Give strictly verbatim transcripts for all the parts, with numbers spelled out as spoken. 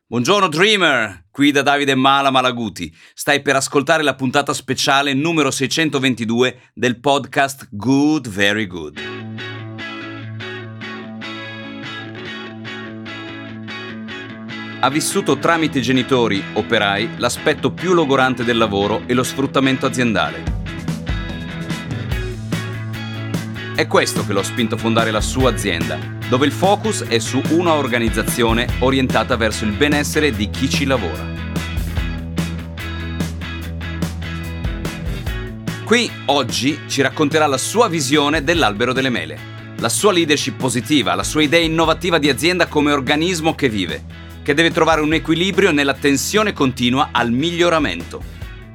Buongiorno Dreamer, qui da Davide Mala Malaguti. Stai per ascoltare la puntata speciale numero seicentoventidue del podcast Good Very Good. Ha vissuto tramite i genitori, operai, l'aspetto più logorante del lavoro e lo sfruttamento aziendale. È questo che lo ha spinto a fondare la sua azienda, dove il focus è su una organizzazione orientata verso il benessere di chi ci lavora. Qui, oggi, ci racconterà la sua visione dell'albero delle mele, la sua leadership positiva, la sua idea innovativa di azienda come organismo che vive, che deve trovare un equilibrio nella tensione continua al miglioramento.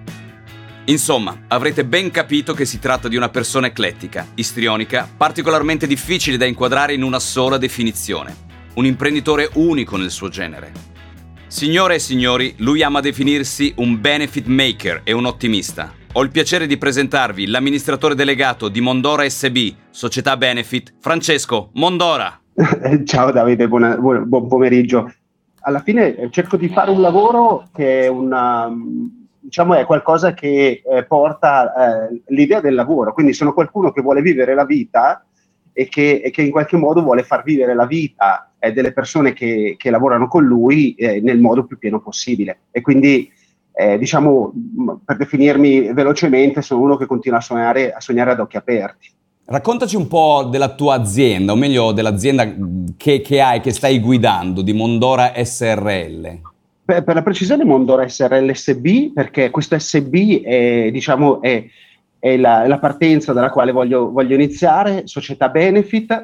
Insomma, avrete ben capito che si tratta di una persona eclettica, istrionica, particolarmente difficile da inquadrare in una sola definizione. Un imprenditore unico nel suo genere. Signore e signori, lui ama definirsi un benefit maker e un ottimista. Ho il piacere di presentarvi l'amministratore delegato di Mondora S B, società Benefit, Francesco Mondora. Ciao Davide, buona, buon, buon pomeriggio. Alla fine cerco di fare un lavoro che è una... diciamo è qualcosa che eh, porta eh, l'idea del lavoro, quindi sono qualcuno che vuole vivere la vita e che, e che in qualche modo vuole far vivere la vita eh, delle persone che, che lavorano con lui eh, nel modo più pieno possibile. E quindi eh, diciamo, per definirmi velocemente, sono uno che continua a sognare, a sognare ad occhi aperti. Raccontaci un po' della tua azienda, o meglio dell'azienda che, che hai, che stai guidando, di Mondora S R L. Per, per la precisione Mondora S R L S B, perché questo S B è, diciamo, è, è la, la partenza dalla quale voglio, voglio iniziare. Società Benefit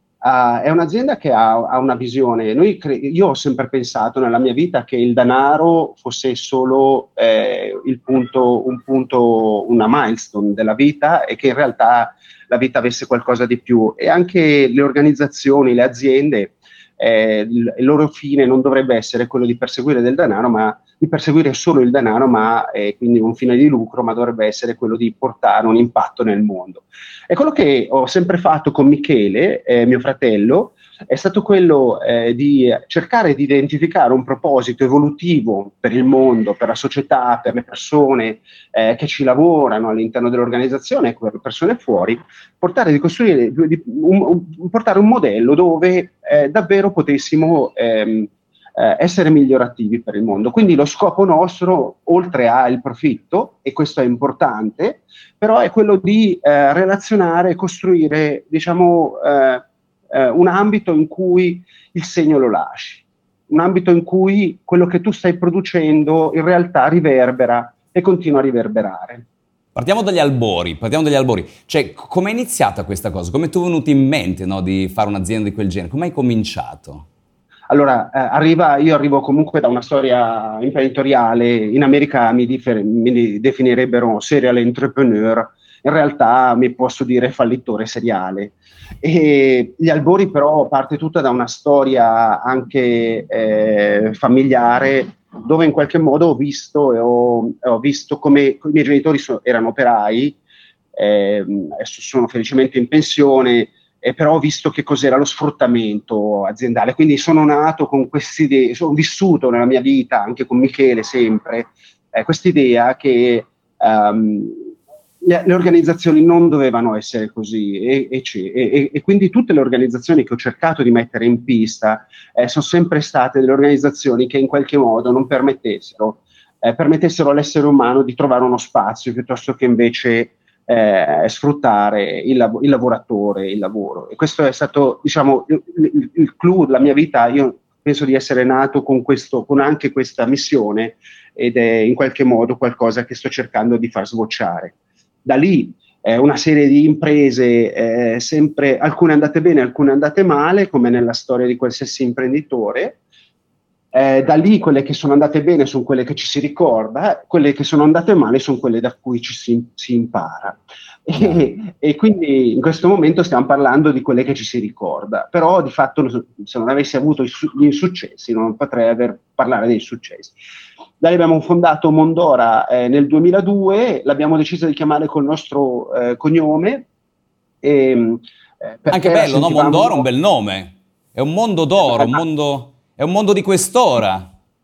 uh, è un'azienda che ha, ha una visione. Noi cre- io ho sempre pensato nella mia vita che il denaro fosse solo eh, il punto, un punto, una milestone della vita, e che in realtà la vita avesse qualcosa di più. E anche le organizzazioni, le aziende, Eh, il, il loro fine non dovrebbe essere quello di perseguire del denaro, ma di perseguire solo il denaro, ma eh, quindi un fine di lucro, ma dovrebbe essere quello di portare un impatto nel mondo. E quello che ho sempre fatto con Michele, eh, mio fratello, è stato quello eh, di cercare di identificare un proposito evolutivo per il mondo, per la società, per le persone eh, che ci lavorano all'interno dell'organizzazione, per le persone fuori, portare di costruire di, un, un, portare un modello dove eh, davvero potessimo ehm, eh, essere migliorativi per il mondo. Quindi lo scopo nostro, oltre al profitto, e questo è importante, però è quello di eh, relazionare e costruire, diciamo, eh, Uh, un ambito in cui il segno lo lasci, un ambito in cui quello che tu stai producendo in realtà riverbera e continua a riverberare. Partiamo dagli albori, partiamo dagli albori. Cioè, com'è iniziata questa cosa? Come ti è venuto in mente, no, di fare un'azienda di quel genere? Come hai cominciato? Allora, eh, arriva, io arrivo comunque da una storia imprenditoriale. In America mi, differ- mi definirebbero serial entrepreneur. In realtà mi posso dire fallitore seriale. E gli albori però parte tutta da una storia anche eh, familiare, dove in qualche modo ho visto, ho, ho visto come i miei genitori so, erano operai, eh, adesso sono felicemente in pensione, eh, però ho visto che cos'era lo sfruttamento aziendale, quindi sono nato con queste idee, sono vissuto nella mia vita, anche con Michele sempre, eh, quest'idea che um, Le, le organizzazioni non dovevano essere così e, e, e, e quindi tutte le organizzazioni che ho cercato di mettere in pista eh, sono sempre state delle organizzazioni che in qualche modo non permettessero, eh, permettessero all'essere umano di trovare uno spazio piuttosto che invece eh, sfruttare il, lav- il lavoratore, il lavoro. E questo è stato, diciamo, il, il, il clou della mia vita. Io penso di essere nato con, questo, con anche questa missione, ed è in qualche modo qualcosa che sto cercando di far sbocciare. Da lì eh, una serie di imprese, eh, sempre alcune andate bene, alcune andate male, come nella storia di qualsiasi imprenditore. Eh, da lì quelle che sono andate bene sono quelle che ci si ricorda, quelle che sono andate male sono quelle da cui ci si, si impara. E, e quindi in questo momento stiamo parlando di quelle che ci si ricorda, però di fatto se non avessi avuto gli insuccessi non potrei aver parlare dei successi. Da lì abbiamo fondato Mondora eh, nel duemiladue, l'abbiamo deciso di chiamare col nostro eh, cognome. E, eh, Anche bello, no? Mondora è un bel nome, è un mondo d'oro, un mondo, è un mondo di quest'ora.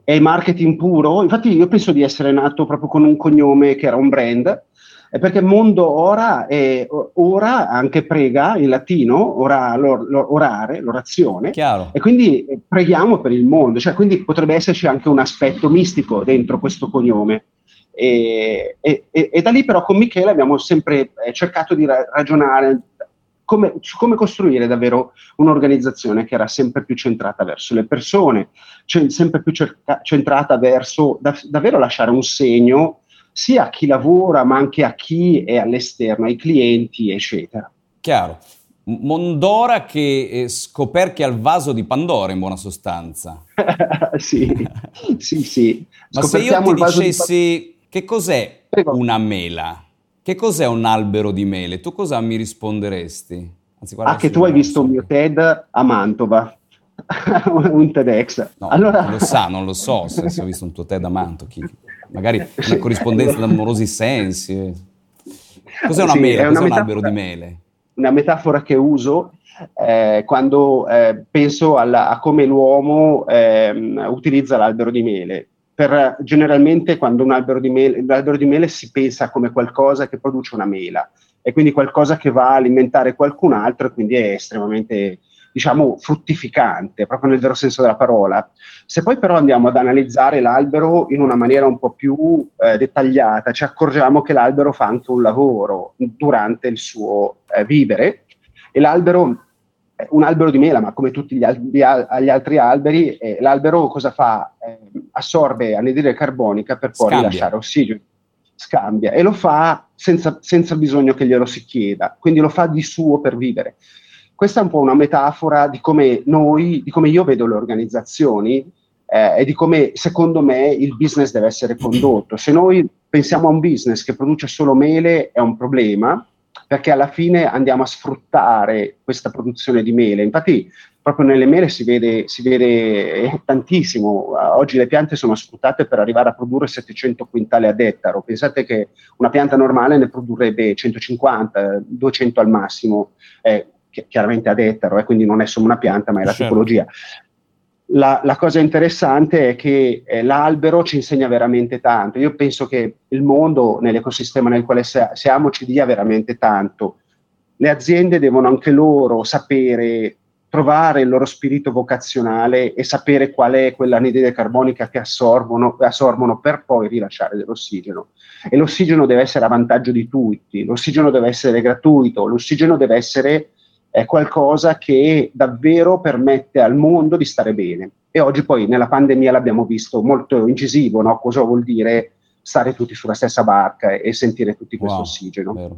è marketing puro. Infatti io penso di essere nato proprio con un cognome che era un brand, è perché mondo ora è ora anche prega in latino, ora, l'or, orare, l'orazione, Chiaro. e quindi preghiamo per il mondo, cioè quindi potrebbe esserci anche un aspetto mistico dentro questo cognome. E, e, e da lì però con Michele abbiamo sempre cercato di ra- ragionare come, su come costruire davvero un'organizzazione che era sempre più centrata verso le persone, cioè sempre più cerca- centrata verso da- davvero lasciare un segno sia a chi lavora ma anche a chi è all'esterno, ai clienti, eccetera. Chiaro. Mondora che eh, scoperchia il vaso di Pandora, in buona sostanza. sì, sì, sì. Ma se io ti dicessi di... che cos'è Prego. Una mela? Che cos'è un albero di mele? Tu cosa mi risponderesti? Anzi, ah, che tu hai visto un mio TED a Mantova, un TEDx. No, allora... non lo sa, non lo so se, se ho visto un tuo TED a Mantova. Chi... Magari una corrispondenza d'amorosi sensi. Cos'è una sì, mela? È Cos'è una un albero di mele? Una metafora che uso eh, quando eh, penso alla, a come l'uomo eh, utilizza l'albero di mele. Per, generalmente quando un albero di mele, l'albero di mele si pensa come qualcosa che produce una mela e quindi qualcosa che va a alimentare qualcun altro e quindi è estremamente, diciamo, fruttificante, proprio nel vero senso della parola. Se poi però andiamo ad analizzare l'albero in una maniera un po' più eh, dettagliata, ci accorgiamo che l'albero fa anche un lavoro durante il suo eh, vivere, e l'albero, eh, un albero di mela, ma come tutti gli, al- gli, al- gli altri alberi, eh, l'albero cosa fa? Eh, assorbe anidride carbonica per poi Scambia. rilasciare ossigeno. Scambia, e lo fa senza, senza bisogno che glielo si chieda, quindi lo fa di suo per vivere. Questa è un po' una metafora di come noi, di come io vedo le organizzazioni eh, e di come secondo me il business deve essere condotto. Se noi pensiamo a un business che produce solo mele è un problema, perché alla fine andiamo a sfruttare questa produzione di mele. Infatti proprio nelle mele si vede, si vede tantissimo. Oggi le piante sono sfruttate per arrivare a produrre settecento quintali ad ettaro. Pensate che una pianta normale ne produrrebbe centocinquanta, duecento al massimo, eh, chiaramente ad ettaro, eh, quindi non è solo una pianta ma è la certo. tipologia. La, la cosa interessante è che eh, l'albero ci insegna veramente tanto. Io penso che il mondo, nell'ecosistema nel quale se- siamo, ci dia veramente tanto. Le aziende devono anche loro sapere trovare il loro spirito vocazionale e sapere qual è quell'anidride carbonica che assorbono, assorbono per poi rilasciare dell'ossigeno. E l'ossigeno deve essere a vantaggio di tutti, l'ossigeno deve essere gratuito, l'ossigeno deve essere è qualcosa che davvero permette al mondo di stare bene. E oggi poi nella pandemia l'abbiamo visto molto incisivo, no? Cosa vuol dire stare tutti sulla stessa barca e sentire tutti questo wow, ossigeno. Vero.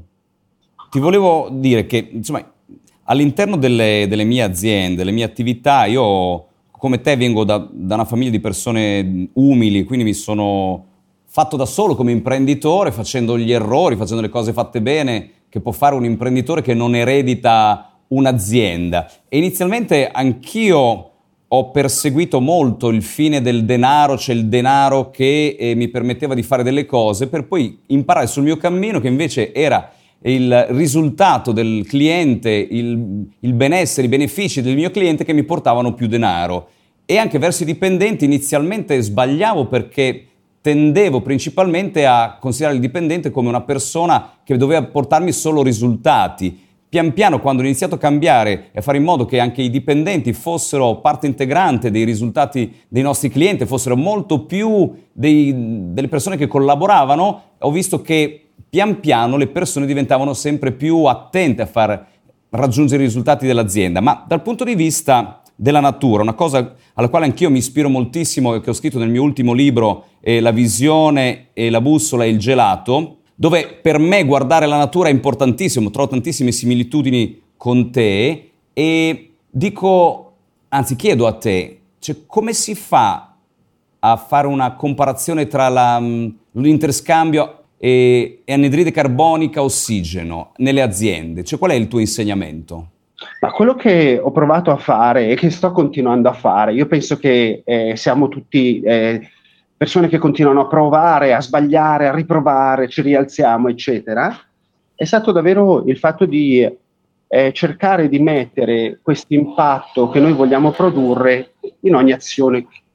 Ti volevo dire che, insomma, all'interno delle, delle mie aziende, delle mie attività, io come te vengo da, da una famiglia di persone umili, quindi mi sono fatto da solo come imprenditore, facendo gli errori, facendo le cose fatte bene, che può fare un imprenditore che non eredita un'azienda. E inizialmente anch'io ho perseguito molto il fine del denaro, cioè il denaro che eh, mi permetteva di fare delle cose, per poi imparare sul mio cammino che invece era il risultato del cliente, il, il benessere, i benefici del mio cliente che mi portavano più denaro. E anche verso i dipendenti inizialmente sbagliavo, perché tendevo principalmente a considerare il dipendente come una persona che doveva portarmi solo risultati. Pian piano, quando ho iniziato a cambiare e a fare in modo che anche i dipendenti fossero parte integrante dei risultati dei nostri clienti, fossero molto più dei, delle persone che collaboravano, ho visto che pian piano le persone diventavano sempre più attente a far raggiungere i risultati dell'azienda. Ma dal punto di vista della natura, una cosa alla quale anch'io mi ispiro moltissimo e che ho scritto nel mio ultimo libro, è La visione e la bussola e il gelato, dove per me guardare la natura è importantissimo, trovo tantissime similitudini con te e dico, anzi chiedo a te, cioè, come si fa a fare una comparazione tra la, l'interscambio e, e anidride carbonica, ossigeno nelle aziende? Cioè, qual è il tuo insegnamento? Ma quello che ho provato a fare e che sto continuando a fare, io penso che eh, siamo tutti eh, persone che continuano a provare, a sbagliare, a riprovare, ci rialziamo, eccetera, è stato davvero il fatto di eh, cercare di mettere questo impatto che noi vogliamo produrre in ogni azione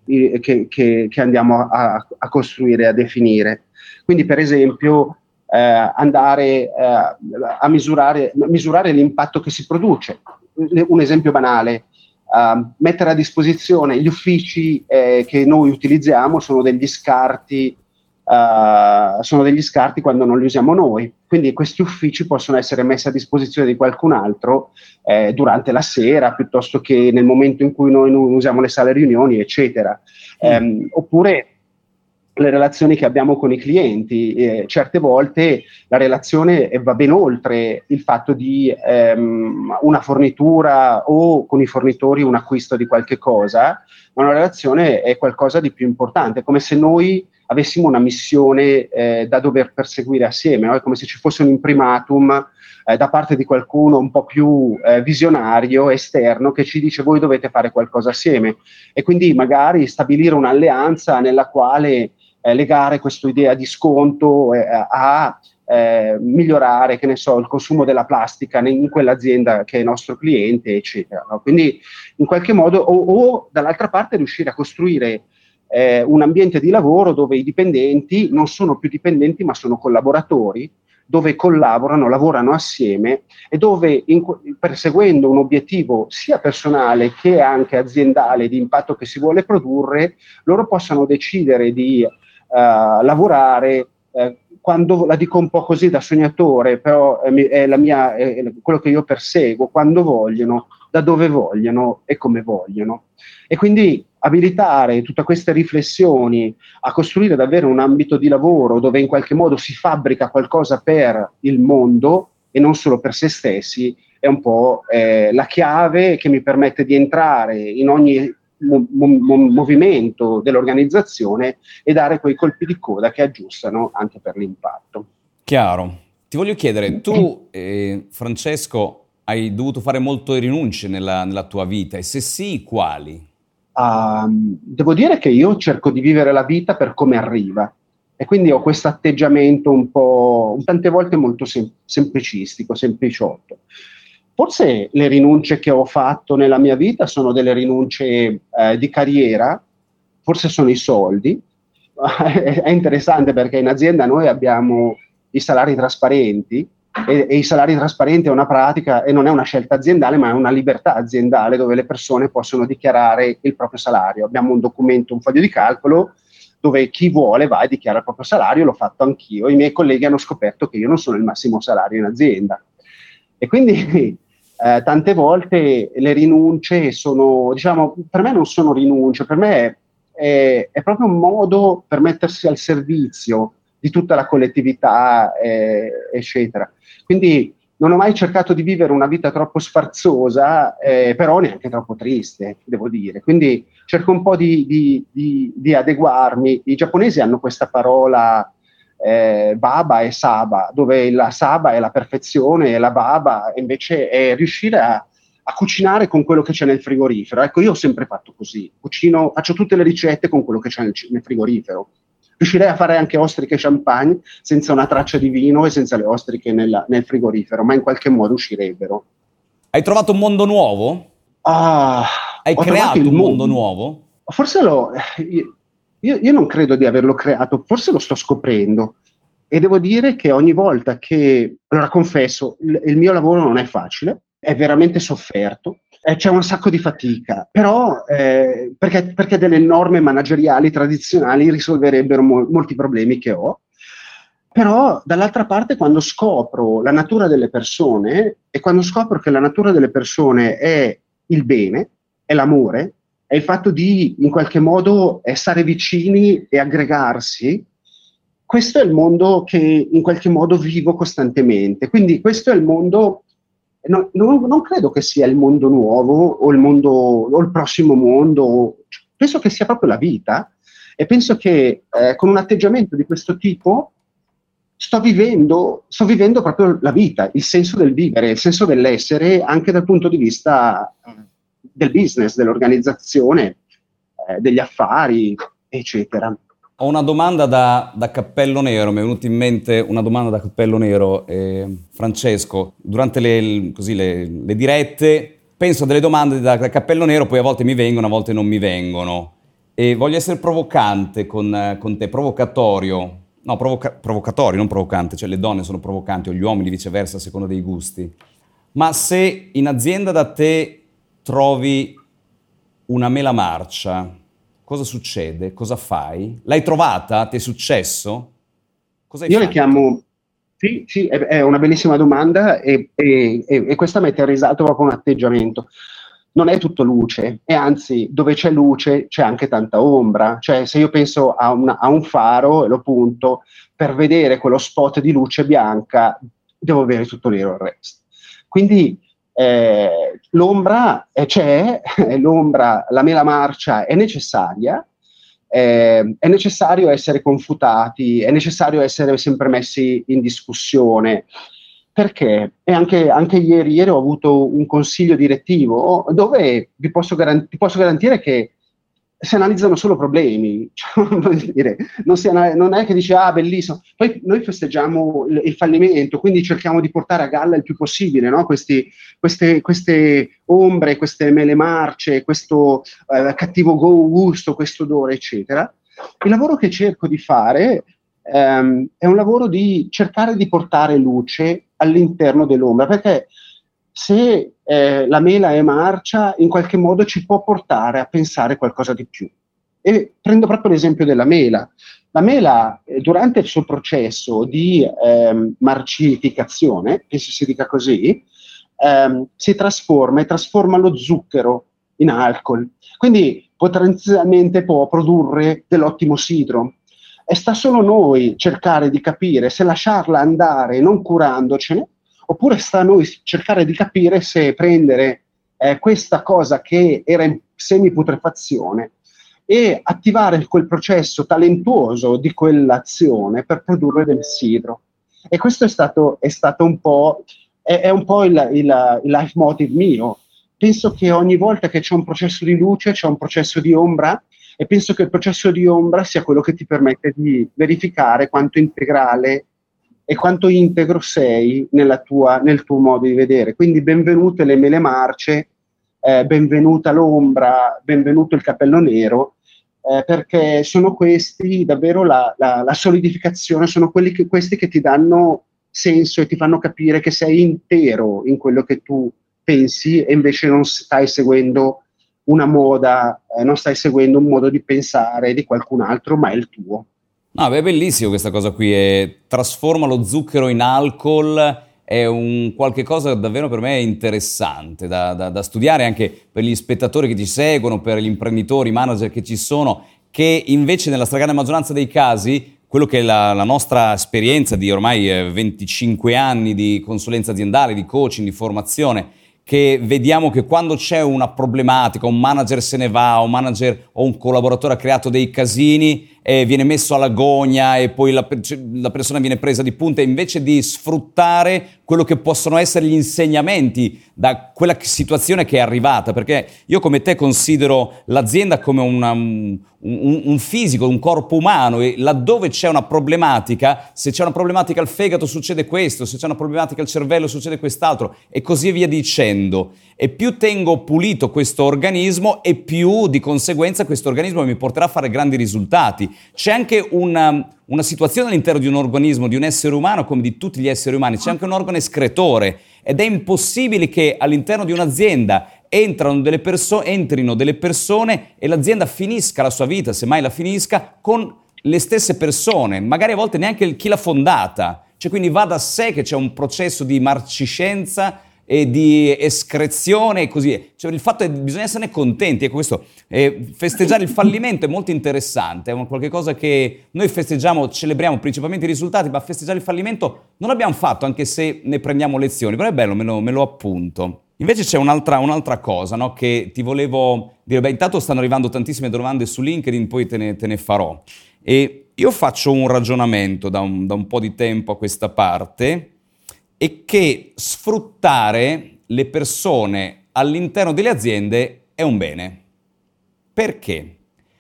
che, che, che andiamo a, a costruire, a definire. Quindi per esempio eh, andare eh, a misurare, misurare l'impatto che si produce. Un esempio banale, uh, mettere a disposizione gli uffici eh, che noi utilizziamo sono degli scarti, uh, sono degli scarti quando non li usiamo noi. Quindi questi uffici possono essere messi a disposizione di qualcun altro eh, durante la sera, piuttosto che nel momento in cui noi non usiamo le sale riunioni, eccetera. Mm. Um, oppure le relazioni che abbiamo con i clienti, eh, certe volte la relazione va ben oltre il fatto di ehm, una fornitura o con i fornitori un acquisto di qualche cosa, ma una relazione è qualcosa di più importante, è come se noi avessimo una missione eh, da dover perseguire assieme, no? È come se ci fosse un imprimatum eh, da parte di qualcuno un po' più eh, visionario, esterno, che ci dice voi dovete fare qualcosa assieme, e quindi magari stabilire un'alleanza nella quale Eh, legare questa idea di sconto eh, a eh, migliorare, che ne so, il consumo della plastica in quell'azienda che è nostro cliente, eccetera. No? Quindi in qualche modo, o, o dall'altra parte riuscire a costruire eh, un ambiente di lavoro dove i dipendenti non sono più dipendenti ma sono collaboratori, dove collaborano, lavorano assieme e dove in, perseguendo un obiettivo sia personale che anche aziendale di impatto che si vuole produrre, loro possano decidere di Uh, lavorare eh, quando, la dico un po' così da sognatore, però è, è, la mia, è quello che io perseguo, quando vogliono, da dove vogliono e come vogliono. E quindi abilitare tutte queste riflessioni a costruire davvero un ambito di lavoro dove in qualche modo si fabbrica qualcosa per il mondo e non solo per se stessi, è un po' eh, la chiave che mi permette di entrare in ogni Mo- mo- movimento dell'organizzazione e dare quei colpi di coda che aggiustano anche per l'impatto. Chiaro. Ti voglio chiedere, tu eh, Francesco hai dovuto fare molte rinunce nella, nella tua vita, e se sì, quali? Uh, devo dire che io cerco di vivere la vita per come arriva, e quindi ho questo atteggiamento un po', tante volte molto sem- semplicistico, sempliciotto. Forse le rinunce che ho fatto nella mia vita sono delle rinunce eh, di carriera, forse sono i soldi. È interessante perché in azienda noi abbiamo i salari trasparenti e, e i salari trasparenti è una pratica e non è una scelta aziendale, ma è una libertà aziendale dove le persone possono dichiarare il proprio salario. Abbiamo un documento, un foglio di calcolo dove chi vuole va e dichiara il proprio salario, l'ho fatto anch'io. I miei colleghi hanno scoperto che io non sono il massimo salario in azienda. E quindi eh, tante volte le rinunce sono, diciamo, per me non sono rinunce, per me è, è proprio un modo per mettersi al servizio di tutta la collettività, eh, eccetera. Quindi non ho mai cercato di vivere una vita troppo sfarzosa, eh, però neanche troppo triste, devo dire. Quindi cerco un po' di, di, di, di adeguarmi. I giapponesi hanno questa parola Eh, baba e saba, dove la saba è la perfezione e la baba invece è riuscire a, a cucinare con quello che c'è nel frigorifero. Ecco, io ho sempre fatto così, cucino, faccio tutte le ricette con quello che c'è nel, nel frigorifero. Riuscirei a fare anche ostriche e champagne senza una traccia di vino e senza le ostriche nella, nel frigorifero, ma in qualche modo uscirebbero. Hai trovato un mondo nuovo? Ah, Hai creato un mondo, mondo nuovo? Forse lo... Io, Io, io non credo di averlo creato, forse lo sto scoprendo, e devo dire che ogni volta che, allora confesso, il, il mio lavoro non è facile, è veramente sofferto, eh, c'è un sacco di fatica, però eh, perché, perché delle norme manageriali tradizionali risolverebbero mo- molti problemi che ho, però dall'altra parte quando scopro la natura delle persone e quando scopro che la natura delle persone è il bene, è l'amore, è il fatto di, in qualche modo, stare vicini e aggregarsi, questo è il mondo che in qualche modo vivo costantemente. Quindi questo è il mondo, no, non, non credo che sia il mondo nuovo o il, mondo, o il prossimo mondo, penso che sia proprio la vita, e penso che eh, con un atteggiamento di questo tipo sto vivendo, sto vivendo proprio la vita, il senso del vivere, il senso dell'essere, anche dal punto di vista del business, dell'organizzazione, eh, degli affari, eccetera. Ho una domanda da, da cappello nero, mi è venuta in mente una domanda da cappello nero, eh, Francesco. Durante le, così, le, le dirette penso a delle domande da, da cappello nero, poi a volte mi vengono, a volte non mi vengono. e voglio essere provocante con, con te, provocatorio. No, provoca- provocatorio, non provocante, cioè le donne sono provocanti o gli uomini viceversa a seconda dei gusti. Ma se in azienda da te trovi una mela marcia, cosa succede? Cosa fai? L'hai trovata? Ti è successo? Cosa hai Io le fatto? chiamo, sì, sì, è, è una bellissima domanda e, e, e, e questa mette in risalto proprio un atteggiamento. Non è tutto luce, e anzi, dove c'è luce c'è anche tanta ombra. Cioè, se io penso a, una, a un faro e lo punto, per vedere quello spot di luce bianca, devo vedere tutto nero il resto. Quindi eh, l'ombra eh, c'è, l'ombra, la mela marcia è necessaria, eh, è necessario essere confutati, è necessario essere sempre messi in discussione. Perché? E anche, anche ieri, ieri ho avuto un consiglio direttivo dove vi posso, garan- vi posso garantire che si analizzano solo problemi. Cioè, voglio dire, non, si ana- non è che dice ah bellissimo, poi noi festeggiamo il, il fallimento, quindi cerchiamo di portare a galla il più possibile, no? Questi, queste, queste ombre, queste mele marce, questo eh, cattivo gusto, questo odore, eccetera. Il lavoro che cerco di fare ehm, è un lavoro di cercare di portare luce all'interno dell'ombra, perché se eh, la mela è marcia, in qualche modo ci può portare a pensare qualcosa di più. E prendo proprio l'esempio della mela. La mela, eh, durante il suo processo di ehm, marcificazione, penso si dica così, ehm, si trasforma e trasforma lo zucchero in alcol. Quindi potenzialmente può produrre dell'ottimo sidro. E sta solo noi cercare di capire se lasciarla andare non curandocene, oppure sta a noi cercare di capire se prendere eh, questa cosa che era in semiputrefazione e attivare quel processo talentuoso di quell'azione per produrre del sidro. E questo è stato, è stato un po', è, è un po' il, il, il life motive mio. Penso che ogni volta che c'è un processo di luce c'è un processo di ombra, e penso che il processo di ombra sia quello che ti permette di verificare quanto integrale e quanto integro sei nella tua, nel tuo modo di vedere. Quindi benvenute le mele marce, eh, benvenuta l'ombra, benvenuto il capello nero, eh, perché sono questi davvero la, la, la solidificazione, sono quelli che, questi che ti danno senso e ti fanno capire che sei intero in quello che tu pensi e invece non stai seguendo una moda, eh, non stai seguendo un modo di pensare di qualcun altro, ma è il tuo. No, beh, è bellissimo questa cosa qui, è, trasforma lo zucchero in alcol, è un qualche cosa davvero per me interessante da, da, da studiare anche per gli spettatori che ci seguono, per gli imprenditori, i manager che ci sono, che invece nella stragrande maggioranza dei casi, quello che è la, la nostra esperienza di ormai venticinque anni di consulenza aziendale, di coaching, di formazione, che vediamo che quando c'è una problematica, un manager se ne va, un manager o un collaboratore ha creato dei casini e viene messo alla gogna e poi la, la persona viene presa di punta, invece di sfruttare quello che possono essere gli insegnamenti da quella situazione che è arrivata, perché io come te considero l'azienda come una, un, un, un fisico, un corpo umano, e laddove c'è una problematica, se c'è una problematica al fegato succede questo, se c'è una problematica al cervello succede quest'altro e così via dicendo. E più tengo pulito questo organismo e più di conseguenza questo organismo mi porterà a fare grandi risultati. C'è anche una, una situazione all'interno di un organismo, di un essere umano come di tutti gli esseri umani, c'è anche un organo escretore ed è impossibile che all'interno di un'azienda entrano delle perso- entrino delle persone e l'azienda finisca la sua vita, semmai la finisca, con le stesse persone, magari a volte neanche chi l'ha fondata. Cioè, quindi va da sé che c'è un processo di marciscenza e di escrezione e così. Cioè, il fatto è che bisogna esserne contenti. Ecco, questo, eh, festeggiare il fallimento è molto interessante, è una qualche cosa che noi festeggiamo, celebriamo principalmente i risultati, ma festeggiare il fallimento non l'abbiamo fatto, anche se ne prendiamo lezioni, però è bello, me lo, me lo appunto. Invece c'è un'altra, un'altra cosa, no, che ti volevo dire. Beh, intanto stanno arrivando tantissime domande su LinkedIn, poi te ne, te ne farò. E io faccio un ragionamento da un, da un po' di tempo a questa parte, e che sfruttare le persone all'interno delle aziende è un bene. Perché?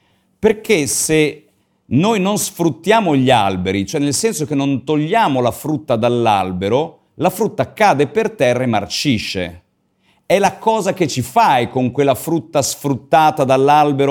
Perché se noi non sfruttiamo gli alberi, cioè nel senso che non togliamo la frutta dall'albero, la frutta cade per terra e marcisce. È la cosa che ci fai con quella frutta sfruttata dall'albero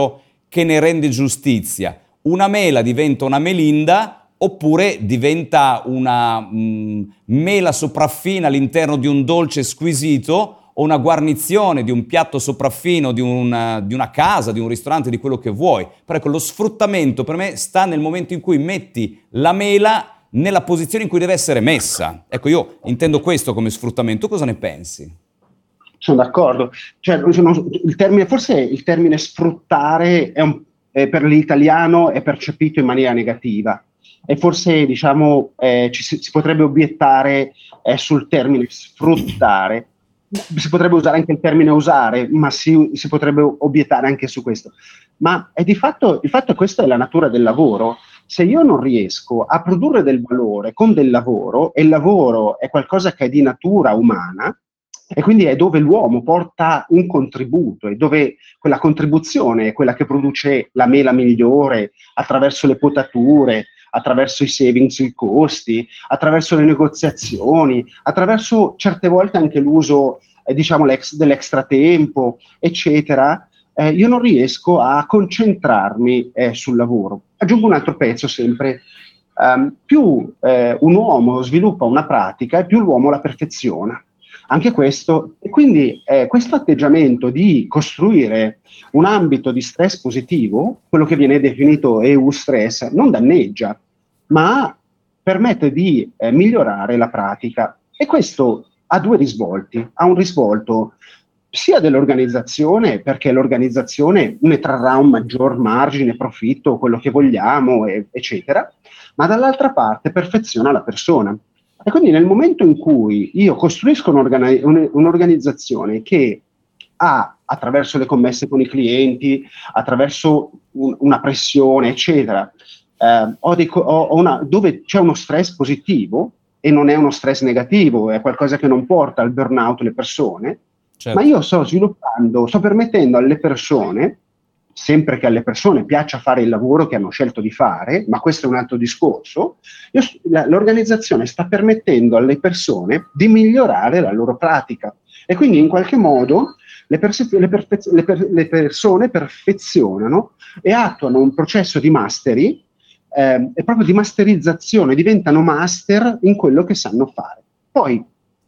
che ne rende giustizia? Una mela diventa una melinda oppure diventa una mh, mela sopraffina all'interno di un dolce squisito o una guarnizione di un piatto sopraffino di una, di una casa, di un ristorante, di quello che vuoi. Però ecco, lo sfruttamento per me sta nel momento in cui metti la mela nella posizione in cui deve essere messa. Ecco, io intendo questo come sfruttamento. Tu cosa ne pensi? Sono d'accordo. Cioè, il termine, forse il termine sfruttare è un, è per l'italiano è percepito in maniera negativa. E forse, diciamo, eh, ci si, si potrebbe obiettare eh, sul termine sfruttare. Si potrebbe usare anche il termine usare, ma si, si potrebbe obiettare anche su questo. Ma è di fatto, il fatto è che questa è la natura del lavoro. Se io non riesco a produrre del valore con del lavoro, e il lavoro è qualcosa che è di natura umana, e quindi è dove l'uomo porta un contributo, e dove quella contribuzione è quella che produce la mela migliore attraverso le potature, attraverso i savings sui costi, attraverso le negoziazioni, attraverso certe volte anche l'uso eh, diciamo l'ex, dell'extra tempo, eccetera, eh, io non riesco a concentrarmi eh, sul lavoro. Aggiungo un altro pezzo sempre, um, più eh, un uomo sviluppa una pratica e più l'uomo la perfeziona. Anche questo, e quindi eh, questo atteggiamento di costruire un ambito di stress positivo, quello che viene definito E U stress, non danneggia, ma permette di eh, migliorare la pratica. E questo ha due risvolti. Ha un risvolto sia dell'organizzazione, perché l'organizzazione ne trarrà un maggior margine, profitto, quello che vogliamo, e, eccetera, ma dall'altra parte perfeziona la persona. E quindi nel momento in cui io costruisco un'organi- un'organizzazione che ha, attraverso le commesse con i clienti, attraverso un, una pressione, eccetera, eh, ho dei, ho, ho una, dove c'è uno stress positivo, e non è uno stress negativo, è qualcosa che non porta al burnout le persone, certo. Ma io sto sviluppando, sto permettendo alle persone, sempre che alle persone piaccia fare il lavoro che hanno scelto di fare, ma questo è un altro discorso, io, la, l'organizzazione sta permettendo alle persone di migliorare la loro pratica, e quindi in qualche modo le, perse- le, perfe- le, per- le persone perfezionano e attuano un processo di mastery, eh, e proprio di masterizzazione, diventano master in quello che sanno fare. Poi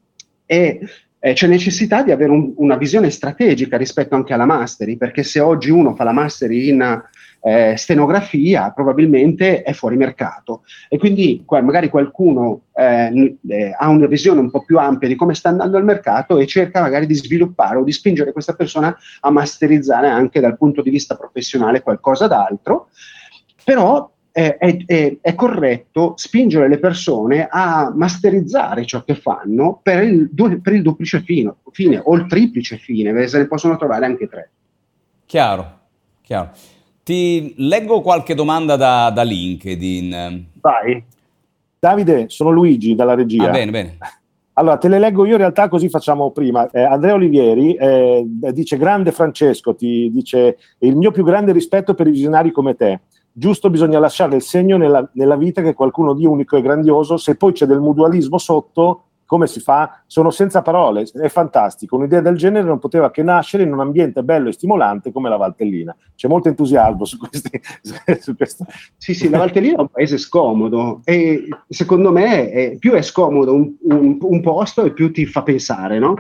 è Eh, c'è necessità di avere un, una visione strategica rispetto anche alla mastery, perché se oggi uno fa la mastery in eh, stenografia, probabilmente è fuori mercato, e quindi qua, magari qualcuno eh, eh, ha una visione un po' più ampia di come sta andando il mercato e cerca magari di sviluppare o di spingere questa persona a masterizzare anche dal punto di vista professionale qualcosa d'altro, però È, è, è corretto spingere le persone a masterizzare ciò che fanno per il, per il duplice fine, fine o il triplice fine, perché se ne possono trovare anche tre. Chiaro, chiaro. Ti leggo qualche domanda da, da LinkedIn. Vai. Davide, sono Luigi dalla regia. Ah, bene, bene. Allora, te le leggo io in realtà, così facciamo prima. Eh, Andrea Olivieri eh, dice: grande Francesco, ti dice il mio più grande rispetto per i visionari come te. Giusto, bisogna lasciare il segno nella, nella vita che qualcuno di unico e grandioso. Se poi c'è del mutualismo sotto, come si fa? Sono senza parole, è fantastico. Un'idea del genere non poteva che nascere in un ambiente bello e stimolante come la Valtellina. C'è molto entusiasmo su, questi, su questo. Sì, sì, la Valtellina è un paese scomodo, e secondo me è, più è scomodo un, un, un posto e più ti fa pensare, no?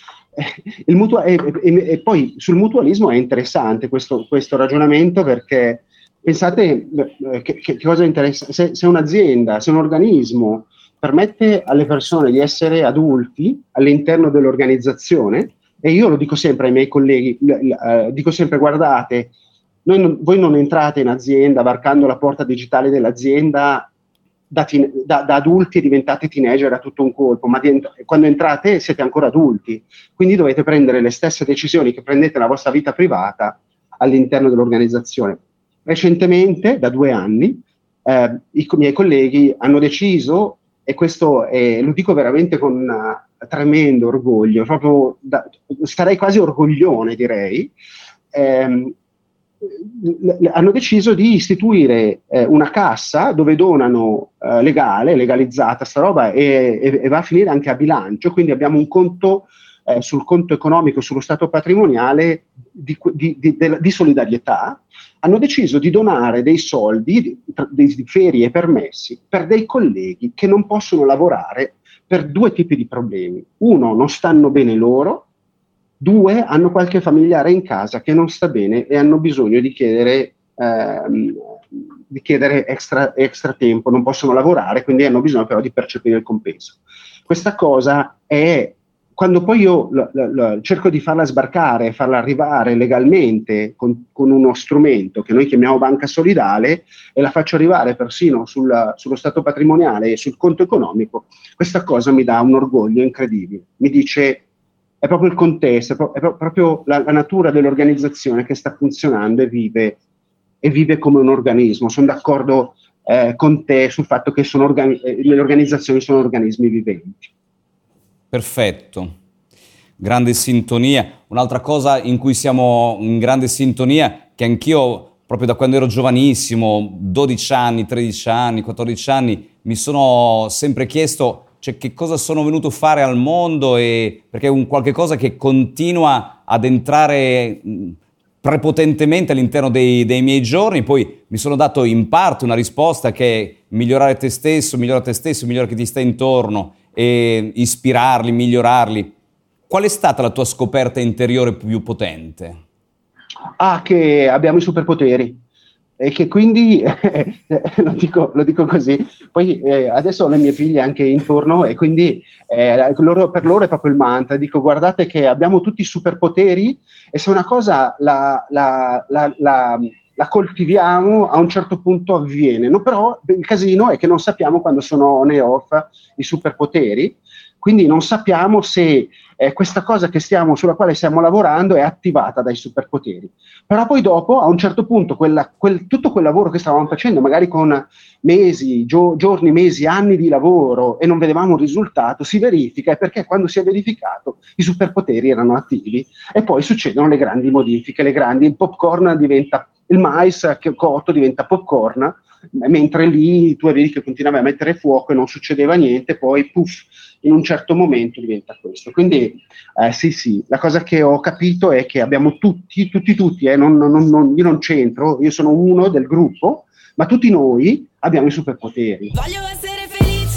Il mutua- e, e, e poi sul mutualismo è interessante questo, questo ragionamento, perché pensate eh, che, che cosa interessa, se, se un'azienda, se un organismo permette alle persone di essere adulti all'interno dell'organizzazione, e io lo dico sempre ai miei colleghi, eh, dico sempre: guardate, noi non, voi non entrate in azienda varcando la porta digitale dell'azienda da, teen, da, da adulti e diventate teenager a tutto un colpo, ma di, quando entrate siete ancora adulti, quindi dovete prendere le stesse decisioni che prendete nella vostra vita privata all'interno dell'organizzazione. Recentemente, da due anni, eh, i miei colleghi hanno deciso, e questo è, lo dico veramente con uh, tremendo orgoglio, proprio da, starei quasi orgoglione, direi, ehm, l- hanno deciso di istituire eh, una cassa dove donano eh, legale, legalizzata sta roba, e, e, e va a finire anche a bilancio, quindi abbiamo un conto eh, sul conto economico, sullo stato patrimoniale di, di, di, di solidarietà, hanno deciso di donare dei soldi, dei ferie e permessi per dei colleghi che non possono lavorare per due tipi di problemi. Uno, non stanno bene loro; due, hanno qualche familiare in casa che non sta bene e hanno bisogno di chiedere, ehm, di chiedere extra, extra tempo, non possono lavorare, quindi hanno bisogno però di percepire il compenso. Questa cosa è, quando poi io l- l- l- cerco di farla sbarcare, farla arrivare legalmente con, con uno strumento che noi chiamiamo banca solidale, e la faccio arrivare persino sul, sullo stato patrimoniale e sul conto economico, questa cosa mi dà un orgoglio incredibile. Mi dice, è proprio il contesto, è, pro- è pro- proprio la, la natura dell'organizzazione che sta funzionando e vive, e vive come un organismo. Sono d'accordo eh, con te sul fatto che sono organi- eh, le organizzazioni sono organismi viventi. Perfetto, grande sintonia. Un'altra cosa in cui siamo in grande sintonia, che anch'io proprio da quando ero giovanissimo, dodici anni, tredici anni, quattordici anni, mi sono sempre chiesto, cioè, che cosa sono venuto a fare al mondo, e perché è un qualche cosa che continua ad entrare mh, prepotentemente all'interno dei, dei miei giorni. Poi mi sono dato in parte una risposta che è migliorare te stesso, migliorare te stesso, migliorare chi ti sta intorno, e ispirarli, migliorarli. Qual è stata la tua scoperta interiore più potente? Ah, che abbiamo i superpoteri e che quindi eh, lo, dico, lo dico così. Poi eh, adesso ho le mie figlie anche intorno e quindi eh, loro, per loro è proprio il mantra. Dico, guardate che abbiamo tutti i superpoteri, e se una cosa la, la, la, la, la coltiviamo, a un certo punto avviene. No, però il casino è che non sappiamo quando sono on e off i superpoteri, quindi non sappiamo se eh, questa cosa che stiamo, sulla quale stiamo lavorando è attivata dai superpoteri. Però poi dopo, a un certo punto, quella, quel, tutto quel lavoro che stavamo facendo, magari con mesi, gio, giorni, mesi, anni di lavoro, e non vedevamo un risultato, si verifica, e perché quando si è verificato i superpoteri erano attivi, e poi succedono le grandi modifiche, le grandi, il popcorn diventa, il mais che cotto diventa popcorn, mentre lì tu vedi che continuava a mettere fuoco e non succedeva niente, poi puff, in un certo momento diventa questo. Quindi eh, sì sì, la cosa che ho capito è che abbiamo tutti, tutti tutti, eh, non, non, non, io non c'entro, io sono uno del gruppo, ma tutti noi abbiamo i superpoteri. Voglio essere felice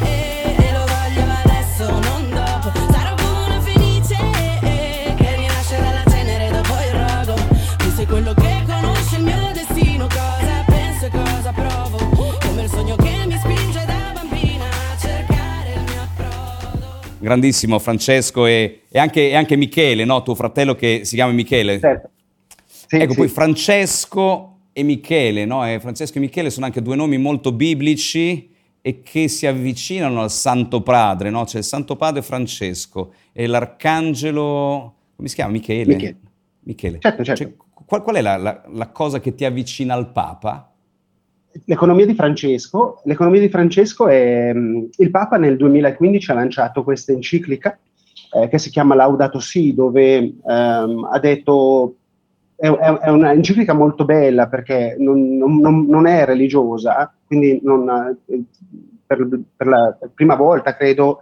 e lo voglio adesso, non dopo. Sarò come una felice che rinasce dalla cenere dopo il rogo. Tu sei quello che conosce il mio destino, cosa penso e cosa provo, come il sogno che mi spinge da bambina a cercare il mio approdo. Grandissimo Francesco, e, e, anche, e anche Michele, no? Tuo fratello che si chiama Michele. Certo. Sì, ecco, sì. Poi Francesco e Michele, no? E Francesco e Michele sono anche due nomi molto biblici e che si avvicinano al Santo Padre, no? C'è il Santo Padre Francesco e l'Arcangelo, come si chiama? Michele? Michele. Michele. Certo, certo. Cioè, qual, qual è la, la, la cosa che ti avvicina al Papa? L'economia di Francesco. L'economia di Francesco è, mh, il Papa nel duemilaquindici ha lanciato questa enciclica eh, che si chiama Laudato Si, dove ehm, ha detto, è, è una enciclica molto bella perché non, non, non è religiosa, quindi non, per, per la per prima volta credo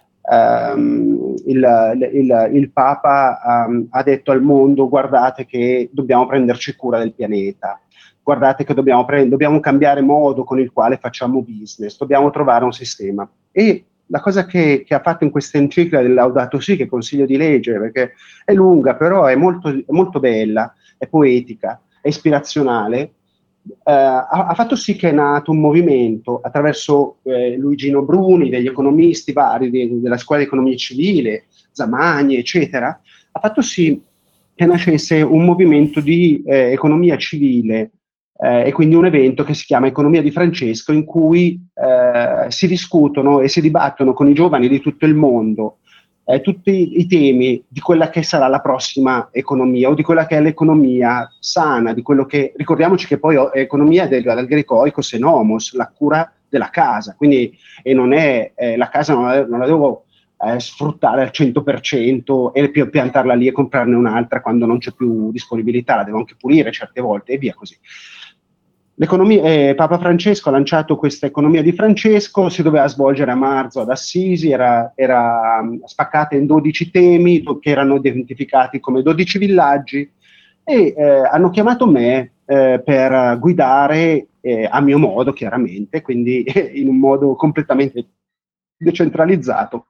ehm, il, il, il Papa um, ha detto al mondo: guardate che dobbiamo prenderci cura del pianeta, guardate che dobbiamo, pre- dobbiamo cambiare modo con il quale facciamo business, dobbiamo trovare un sistema. E la cosa che, che ha fatto in questa enciclica del Laudato Si, che consiglio di leggere perché è lunga, però è molto, è molto bella, è poetica, è ispirazionale, eh, ha, ha fatto sì che è nato un movimento attraverso eh, Luigino Bruni, degli economisti vari de, della scuola di economia civile, Zamagni, eccetera, ha fatto sì che nascesse un movimento di eh, economia civile, eh, e quindi un evento che si chiama Economia di Francesco, in cui eh, si discutono e si dibattono con i giovani di tutto il mondo eh, tutti i temi di quella che sarà la prossima economia, o di quella che è l'economia sana, di quello che, ricordiamoci che poi economia deriva dal greco oikos e nomos, la cura della casa, quindi e non è eh, la casa non la, non la devo eh, sfruttare al cento per cento e pi- piantarla lì e comprarne un'altra quando non c'è più disponibilità, la devo anche pulire certe volte e via così. L'economia, eh, Papa Francesco ha lanciato questa economia di Francesco, si doveva svolgere a marzo ad Assisi, era, era um, spaccata in dodici temi che erano identificati come dodici villaggi, e eh, hanno chiamato me eh, per guidare eh, a mio modo, chiaramente, quindi in un modo completamente decentralizzato,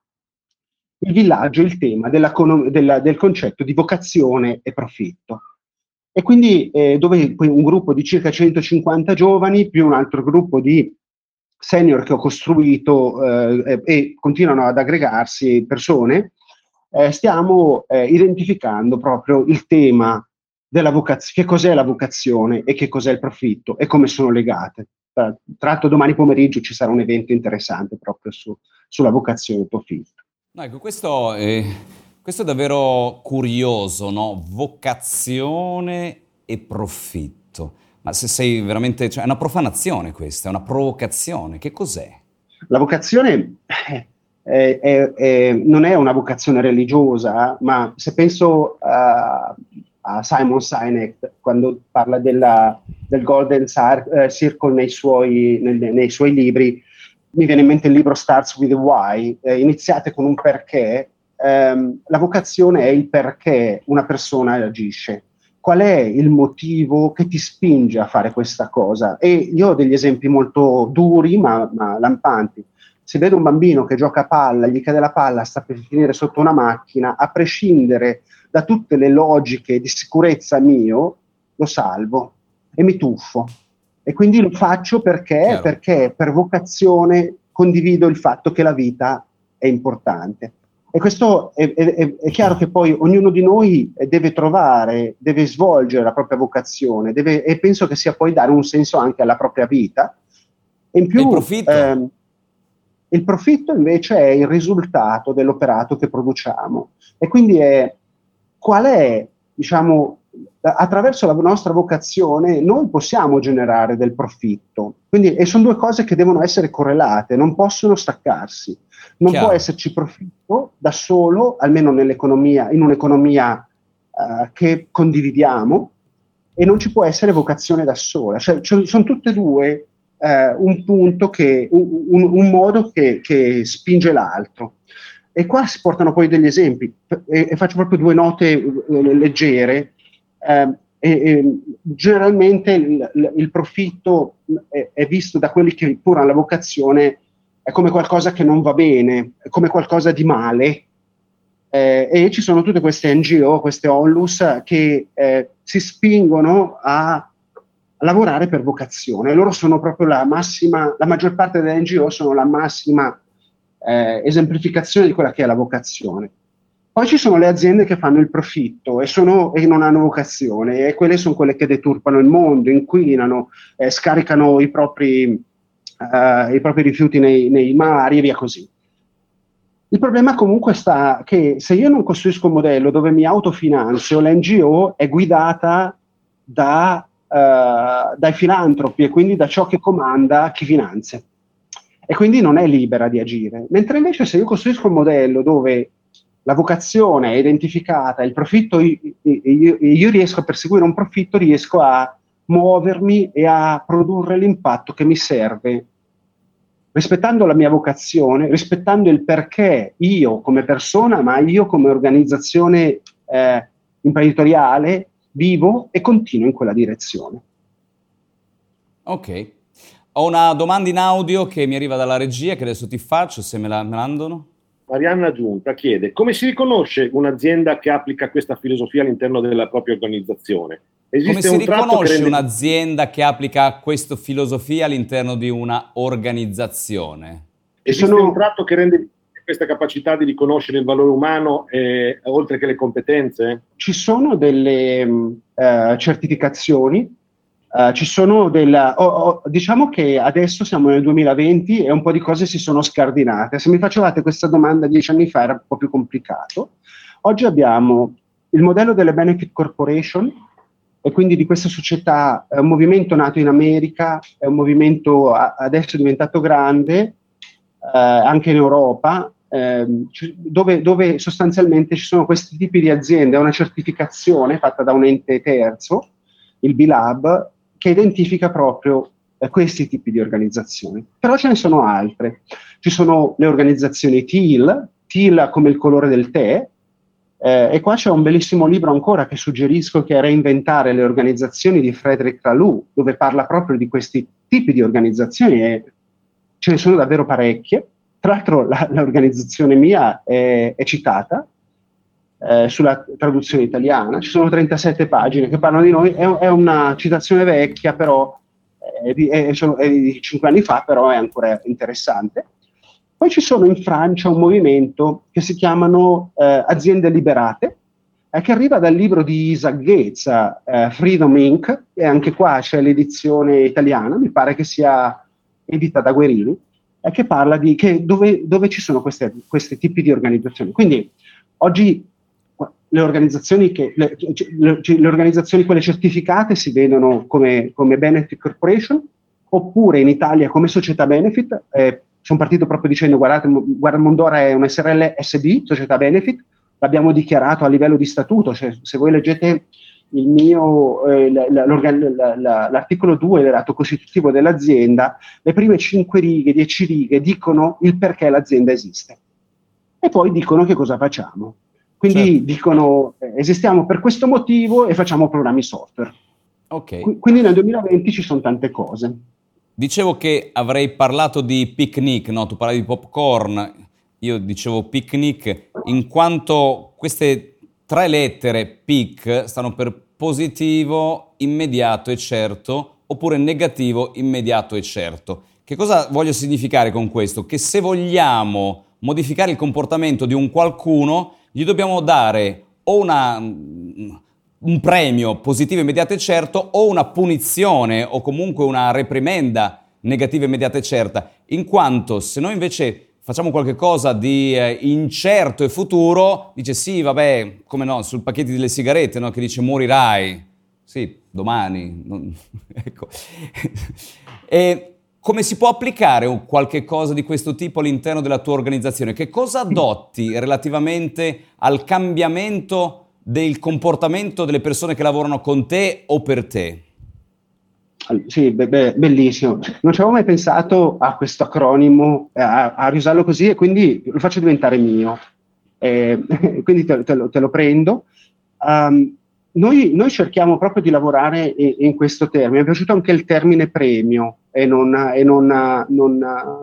il villaggio, il tema della, della, del concetto di vocazione e profitto. E quindi eh, dove un gruppo di circa centocinquanta giovani più un altro gruppo di senior che ho costruito eh, e continuano ad aggregarsi persone, eh, stiamo eh, identificando proprio il tema della vocazione, che cos'è la vocazione e che cos'è il profitto e come sono legate. Tra, tra l'altro domani pomeriggio ci sarà un evento interessante proprio su, sulla vocazione e il profitto. No, ecco, questo è, questo è davvero curioso, no? Vocazione e profitto. Ma se sei veramente... Cioè, è una profanazione questa, è una provocazione. Che cos'è? La vocazione è, è, è, è, non è una vocazione religiosa, ma se penso a, a Simon Sinek, quando parla della, del Golden Circle nei suoi, nei, nei suoi libri, mi viene in mente il libro Starts with a Why, eh, iniziate con un perché. Ehm, la vocazione è il perché una persona agisce. Qual è il motivo che ti spinge a fare questa cosa? E io ho degli esempi molto duri ma, ma lampanti. Se vedo un bambino che gioca a palla, gli cade la palla, sta per finire sotto una macchina, a prescindere da tutte le logiche di sicurezza mio, lo salvo e mi tuffo. E quindi lo faccio perché, perché per vocazione condivido il fatto che la vita è importante. E questo è, è, è chiaro che poi ognuno di noi deve trovare, deve svolgere la propria vocazione, deve, e penso che sia poi dare un senso anche alla propria vita. E in più, il profitto? Ehm, il profitto invece è il risultato dell'operato che produciamo. E quindi è qual è, diciamo, attraverso la nostra vocazione noi possiamo generare del profitto. Quindi, e sono due cose che devono essere correlate, non possono staccarsi. Non Chiaro. Può esserci profitto da solo, almeno nell'economia, in un'economia uh, che condividiamo, e non ci può essere vocazione da sola. Cioè, cioè, sono tutte e due uh, un punto che, un, un, un modo che, che spinge l'altro. E qua si portano poi degli esempi, e, e faccio proprio due note uh, leggere. Uh, e, e, generalmente il, il profitto è, è visto da quelli che pur hanno la vocazione è come qualcosa che non va bene, è come qualcosa di male, eh, e ci sono tutte queste N G O, queste onlus che eh, si spingono a lavorare per vocazione. Loro sono proprio la massima, la maggior parte delle N G O sono la massima eh, esemplificazione di quella che è la vocazione. Poi ci sono le aziende che fanno il profitto e, sono, e non hanno vocazione, e quelle sono quelle che deturpano il mondo, inquinano, eh, scaricano i propri... Uh, i propri rifiuti nei, nei mari e via così. Il problema comunque sta che se io non costruisco un modello dove mi autofinanzio, l'N G O è guidata da, uh, dai filantropi e quindi da ciò che comanda chi finanzia, e quindi non è libera di agire. Mentre invece se io costruisco un modello dove la vocazione è identificata, il profitto, io, io, io riesco a perseguire un profitto, riesco a muovermi e a produrre l'impatto che mi serve, rispettando la mia vocazione, rispettando il perché io come persona, ma io come organizzazione eh, imprenditoriale vivo e continuo in quella direzione. Ok. Ho una domanda in audio che mi arriva dalla regia, che adesso ti faccio, se me la mandano. Marianna Giunta chiede: come si riconosce un'azienda che applica questa filosofia all'interno della propria organizzazione? Esiste Come si un riconosce rende... un'azienda che applica questa filosofia all'interno di una organizzazione? Esiste sono... un tratto che rende questa capacità di riconoscere il valore umano eh, oltre che le competenze? Ci sono delle uh, certificazioni, uh, ci sono della... Oh, oh, diciamo che adesso siamo nel duemilaventi e un po' di cose si sono scardinate. Se mi facevate questa domanda dieci anni fa era un po' più complicato. Oggi abbiamo il modello delle Benefit Corporation, e quindi di questa società, è un movimento nato in America, è un movimento a, adesso diventato grande, eh, anche in Europa, eh, dove, dove sostanzialmente ci sono questi tipi di aziende, è una certificazione fatta da un ente terzo, il B-Lab, che identifica proprio eh, questi tipi di organizzazioni. Però ce ne sono altre. Ci sono le organizzazioni Teal, Teal come il colore del tè, Eh, e qua c'è un bellissimo libro ancora che suggerisco, che è Reinventare le organizzazioni di Frederick Laloux, dove parla proprio di questi tipi di organizzazioni, e ce ne sono davvero parecchie. Tra l'altro la, l'organizzazione mia è, è citata eh, sulla traduzione italiana, ci sono trentasette pagine che parlano di noi, è, è una citazione vecchia, però è di, è, è di cinque anni fa, però è ancora interessante. Poi ci sono in Francia un movimento che si chiamano eh, Aziende Liberate, eh, che arriva dal libro di Isaac Gates, eh, Freedom incorporated, e anche qua c'è l'edizione italiana, mi pare che sia edita da Guerini, eh, che parla di che dove, dove ci sono queste, questi tipi di organizzazioni. Quindi oggi le organizzazioni, che, le, le, le organizzazioni quelle certificate si vedono come, come benefit corporation, oppure in Italia come società benefit. Eh, sono partito proprio dicendo guardate, guarda, Mondora è un S R L S B, società benefit, l'abbiamo dichiarato a livello di statuto, cioè, se voi leggete il mio, eh, la, la, la, la, l'articolo due dell'atto costitutivo dell'azienda, le prime cinque righe, dieci righe dicono il perché l'azienda esiste e poi dicono che cosa facciamo. Quindi certo. dicono eh, esistiamo per questo motivo e facciamo programmi software. Okay. Qu- quindi nel duemilaventi ci sono tante cose. Dicevo che avrei parlato di picnic, no? Tu parlavi di popcorn, io dicevo picnic, in quanto queste tre lettere P I C stanno per positivo, immediato e certo, oppure negativo, immediato e certo. Che cosa voglio significare con questo? Che se vogliamo modificare il comportamento di un qualcuno, gli dobbiamo dare o una, un premio positivo, immediato e certo, o una punizione o comunque una reprimenda negativa, immediata e certa, in quanto se noi invece facciamo qualche cosa di eh, incerto e futuro, dice sì, vabbè, come no, sul pacchetto delle sigarette, no, che dice morirai, sì, domani, non... ecco. E come si può applicare un qualche cosa di questo tipo all'interno della tua organizzazione? Che cosa adotti relativamente al cambiamento del comportamento delle persone che lavorano con te o per te? Sì, be- be- bellissimo. Non ci avevo mai pensato a questo acronimo, a, a riusarlo così, e quindi lo faccio diventare mio. Eh, quindi te, te, lo, te lo prendo. Um, noi, noi cerchiamo proprio di lavorare in, in questo termine. Mi è piaciuto anche il termine premio e non, e non, non,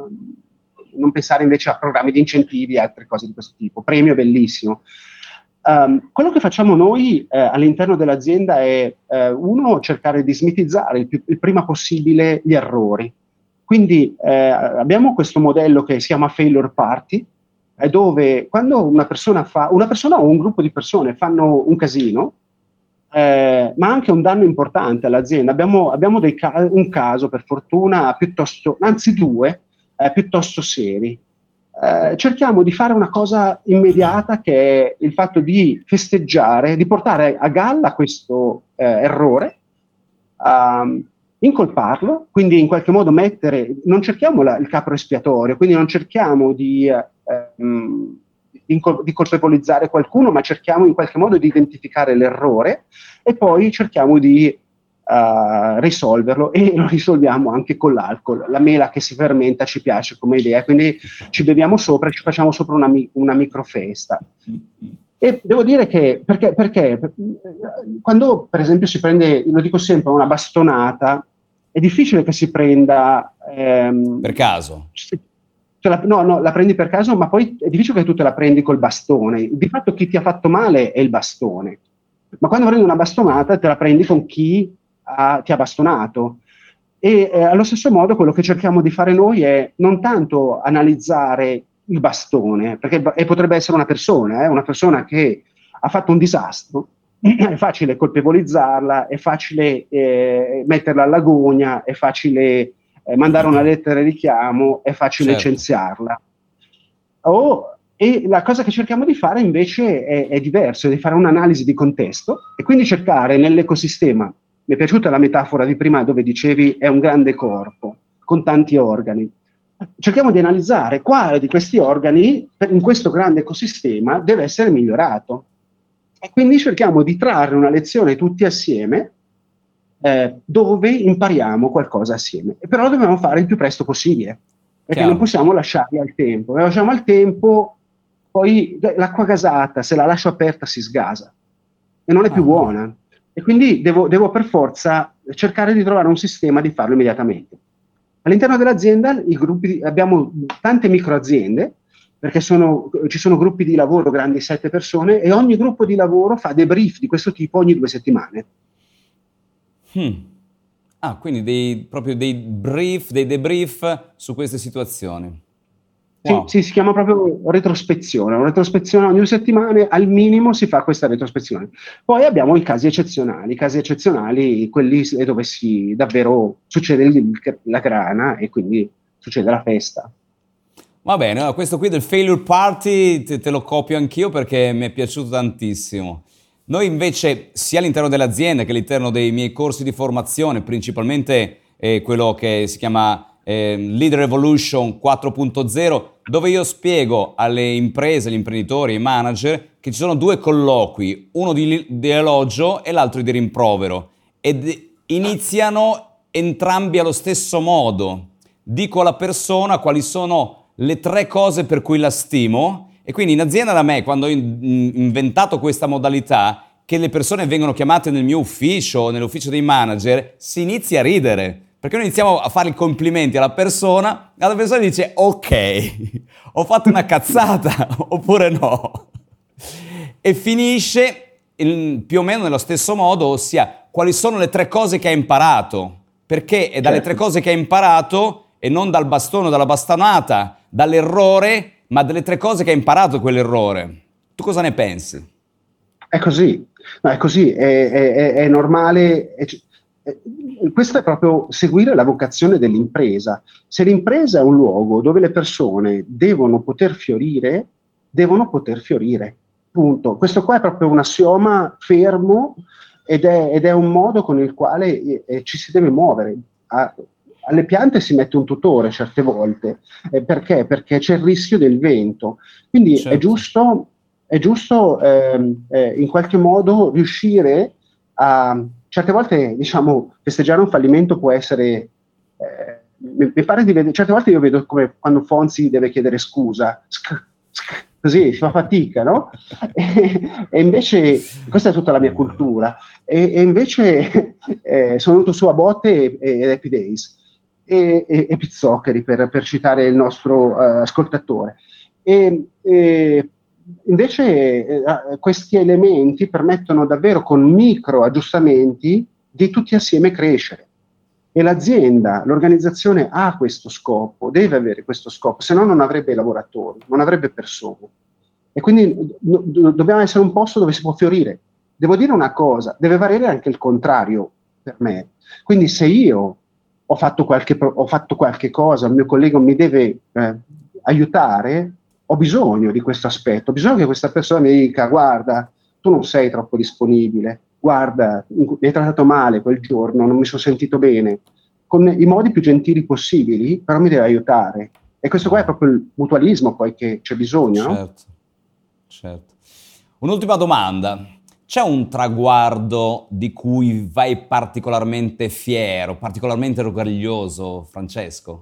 non pensare invece a programmi di incentivi e altre cose di questo tipo. Premio è bellissimo. Um, quello che facciamo noi eh, all'interno dell'azienda è eh, uno, cercare di smitizzare il, più, il prima possibile gli errori. Quindi eh, abbiamo questo modello che si chiama failure party, eh, dove quando una persona fa, una persona o un gruppo di persone fanno un casino, eh, ma anche un danno importante all'azienda, abbiamo, abbiamo dei ca- un caso per fortuna piuttosto, anzi due, eh, piuttosto seri. Eh, cerchiamo di fare una cosa immediata, che è il fatto di festeggiare, di portare a galla questo eh, errore, um, incolparlo, quindi in qualche modo mettere, non cerchiamo la, il capro espiatorio, quindi non cerchiamo di, eh, um, di, di colpevolizzare qualcuno, ma cerchiamo in qualche modo di identificare l'errore e poi cerchiamo di Uh, risolverlo, e lo risolviamo anche con l'alcol. La mela che si fermenta ci piace come idea, quindi ci beviamo sopra e ci facciamo sopra una, una microfesta. E devo dire che perché, perché quando per esempio si prende, lo dico sempre, una bastonata, è difficile che si prenda ehm, per caso. La, no, no, la prendi per caso, ma poi è difficile che tu te la prendi col bastone. Di fatto chi ti ha fatto male è il bastone, ma quando prendi una bastonata te la prendi con chi Ha, ti ha bastonato. E eh, allo stesso modo quello che cerchiamo di fare noi è non tanto analizzare il bastone, perché e potrebbe essere una persona, eh, una persona che ha fatto un disastro, è facile colpevolizzarla, è facile eh, metterla all'agonia, è facile eh, mandare una lettera di richiamo, è facile certo. licenziarla. O E la cosa che cerchiamo di fare invece è, è diverso, è di fare un'analisi di contesto e quindi cercare nell'ecosistema. Mi è piaciuta la metafora di prima dove dicevi è un grande corpo con tanti organi. Cerchiamo di analizzare quale di questi organi in questo grande ecosistema deve essere migliorato. E quindi cerchiamo di trarre una lezione tutti assieme eh, dove impariamo qualcosa assieme. E però lo dobbiamo fare il più presto possibile, perché Chiaro. non possiamo lasciarli al tempo. Se lasciamo al tempo, poi l'acqua gasata, se la lascio aperta, si sgasa e non è più Ah. buona. E quindi devo, devo per forza cercare di trovare un sistema di farlo immediatamente. All'interno dell'azienda i gruppi, abbiamo tante microaziende, perché sono, ci sono gruppi di lavoro grandi sette persone e ogni gruppo di lavoro fa debrief di questo tipo ogni due settimane. Hmm. Ah, quindi dei, proprio dei brief, dei debrief su queste situazioni. Sì, Wow. sì, si chiama proprio retrospezione. Una retrospezione ogni due settimane, al minimo si fa questa retrospezione. Poi abbiamo i casi eccezionali, i casi eccezionali, quelli è dove si davvero succede il- la grana e quindi succede la festa. Va bene, allora, questo qui del failure party te, te lo copio anch'io perché mi è piaciuto tantissimo. Noi invece, sia all'interno dell'azienda che all'interno dei miei corsi di formazione, principalmente eh, quello che si chiama eh, Leader Evolution quattro punto zero, dove io spiego alle imprese, agli imprenditori, ai manager che ci sono due colloqui, uno di, di elogio e l'altro di rimprovero, ed iniziano entrambi allo stesso modo. Dico alla persona quali sono le tre cose per cui la stimo, e quindi in azienda da me, quando ho in- inventato questa modalità, che le persone vengono chiamate nel mio ufficio, nell'ufficio dei manager, si inizia a ridere, perché noi iniziamo a fare i complimenti alla persona, e la persona dice ok, ho fatto una cazzata, oppure no. E finisce in- più o meno nello stesso modo, ossia quali sono le tre cose che ha imparato, perché è dalle Certo. tre cose che ha imparato e non dal bastone o dalla bastonata, dall'errore, ma delle tre cose che ha imparato quell'errore. Tu cosa ne pensi? È così, no, è così, è, è- è- è normale. È, è- questo è proprio seguire la vocazione dell'impresa. Se l'impresa è un luogo dove le persone devono poter fiorire, devono poter fiorire. Punto. Questo qua è proprio un assioma fermo ed è, ed è un modo con il quale eh, eh, ci si deve muovere. A- alle piante si mette un tutore certe volte, eh, perché? Perché c'è il rischio del vento. Quindi è Certo. giusto, è giusto ehm, eh, in qualche modo riuscire a, certe volte, diciamo, festeggiare un fallimento può essere, eh, mi, mi pare di vedere, certe volte io vedo come quando Fonzi deve chiedere scusa, sc- sc- così si fa fatica, no? E, e invece, questa è tutta la mia cultura, e, e invece eh, sono venuto su a botte e, e Happy Days e, e, e Pizzoccheri, per, per citare il nostro eh, ascoltatore. E, e invece eh, questi elementi permettono davvero con micro aggiustamenti di tutti assieme crescere. E l'azienda, l'organizzazione ha questo scopo, deve avere questo scopo, se no non avrebbe lavoratori, non avrebbe persone. E quindi do- do- dobbiamo essere un posto dove si può fiorire. Devo dire una cosa, deve valere anche il contrario per me. Quindi se io ho fatto qualche, pro- ho fatto qualche cosa, il mio collega mi deve eh, aiutare, ho bisogno di questo aspetto, ho bisogno che questa persona mi dica: guarda, tu non sei troppo disponibile, guarda, mi hai trattato male quel giorno, non mi sono sentito bene, con i modi più gentili possibili, però mi deve aiutare. E questo qua è proprio il mutualismo poi che c'è bisogno, no? Certo, certo. Un'ultima domanda. C'è un traguardo di cui vai particolarmente fiero, particolarmente orgoglioso, Francesco?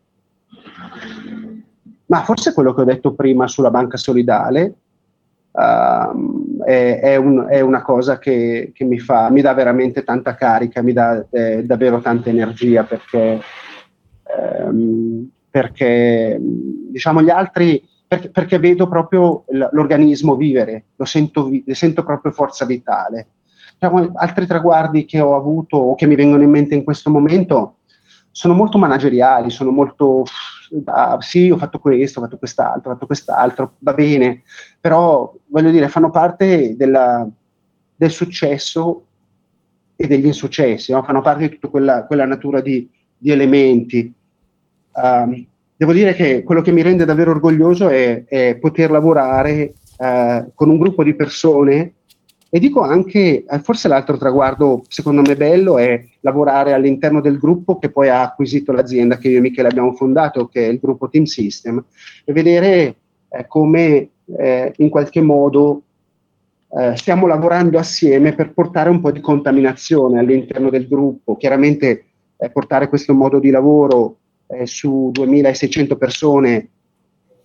Ma forse quello che ho detto prima sulla banca solidale uh, è, è, un, è una cosa che, che mi fa, mi dà veramente tanta carica, mi dà eh, davvero tanta energia, perché, ehm, perché diciamo gli altri, perché, perché vedo proprio l- l'organismo vivere, lo sento, vi- sento proprio forza vitale. Diciamo, altri traguardi che ho avuto o che mi vengono in mente in questo momento sono molto manageriali, sono molto ah, sì, ho fatto questo, ho fatto quest'altro, ho fatto quest'altro, va bene, però voglio dire, fanno parte della, del successo e degli insuccessi, no? Fanno parte di tutta quella, quella natura di, di elementi. Um, devo dire che quello che mi rende davvero orgoglioso è, è poter lavorare uh, con un gruppo di persone. E dico anche, eh, forse l'altro traguardo secondo me bello è lavorare all'interno del gruppo che poi ha acquisito l'azienda che io e Michele abbiamo fondato, che è il gruppo Team System, e vedere eh, come eh, in qualche modo eh, stiamo lavorando assieme per portare un po' di contaminazione all'interno del gruppo. Chiaramente eh, portare questo modo di lavoro eh, su duemilaseicento persone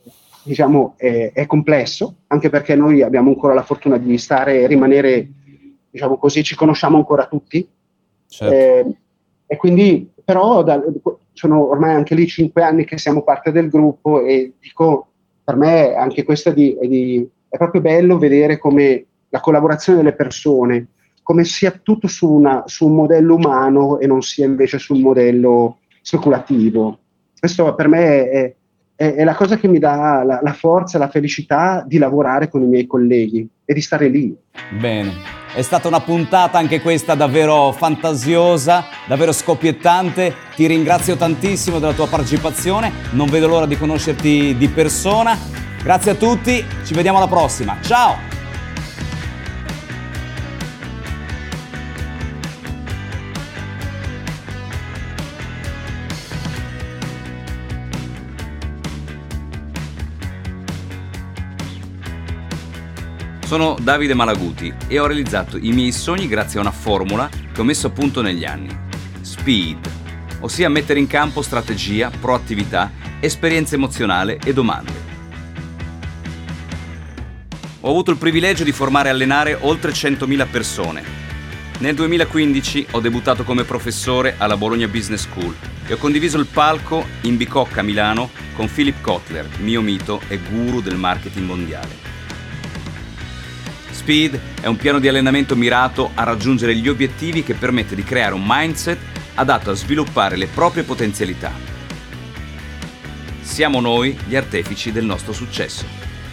diciamo, è, è complesso, anche perché noi abbiamo ancora la fortuna di stare e rimanere, diciamo così, ci conosciamo ancora tutti. Certo. Eh, e quindi, però, da, sono ormai anche lì cinque anni che siamo parte del gruppo e dico, per me anche questo è, di, è, di, è proprio bello vedere come la collaborazione delle persone, come sia tutto su, una, su un modello umano e non sia invece sul modello speculativo. Questo per me è, è, è la cosa che mi dà la, la forza e la felicità di lavorare con i miei colleghi e di stare lì. Bene, è stata una puntata anche questa davvero fantasiosa, davvero scoppiettante. Ti ringrazio tantissimo della tua partecipazione, non vedo l'ora di conoscerti di persona. Grazie a tutti, ci vediamo alla prossima. Ciao! Sono Davide Malaguti e ho realizzato i miei sogni grazie a una formula che ho messo a punto negli anni. Speed, ossia mettere in campo strategia, proattività, esperienza emozionale e domande. Ho avuto il privilegio di formare e allenare oltre centomila persone. Nel duemilaquindici ho debuttato come professore alla Bologna Business School e ho condiviso il palco in Bicocca, Milano, con Philip Kotler, mio mito e guru del marketing mondiale. Speed è un piano di allenamento mirato a raggiungere gli obiettivi che permette di creare un mindset adatto a sviluppare le proprie potenzialità. Siamo noi gli artefici del nostro successo.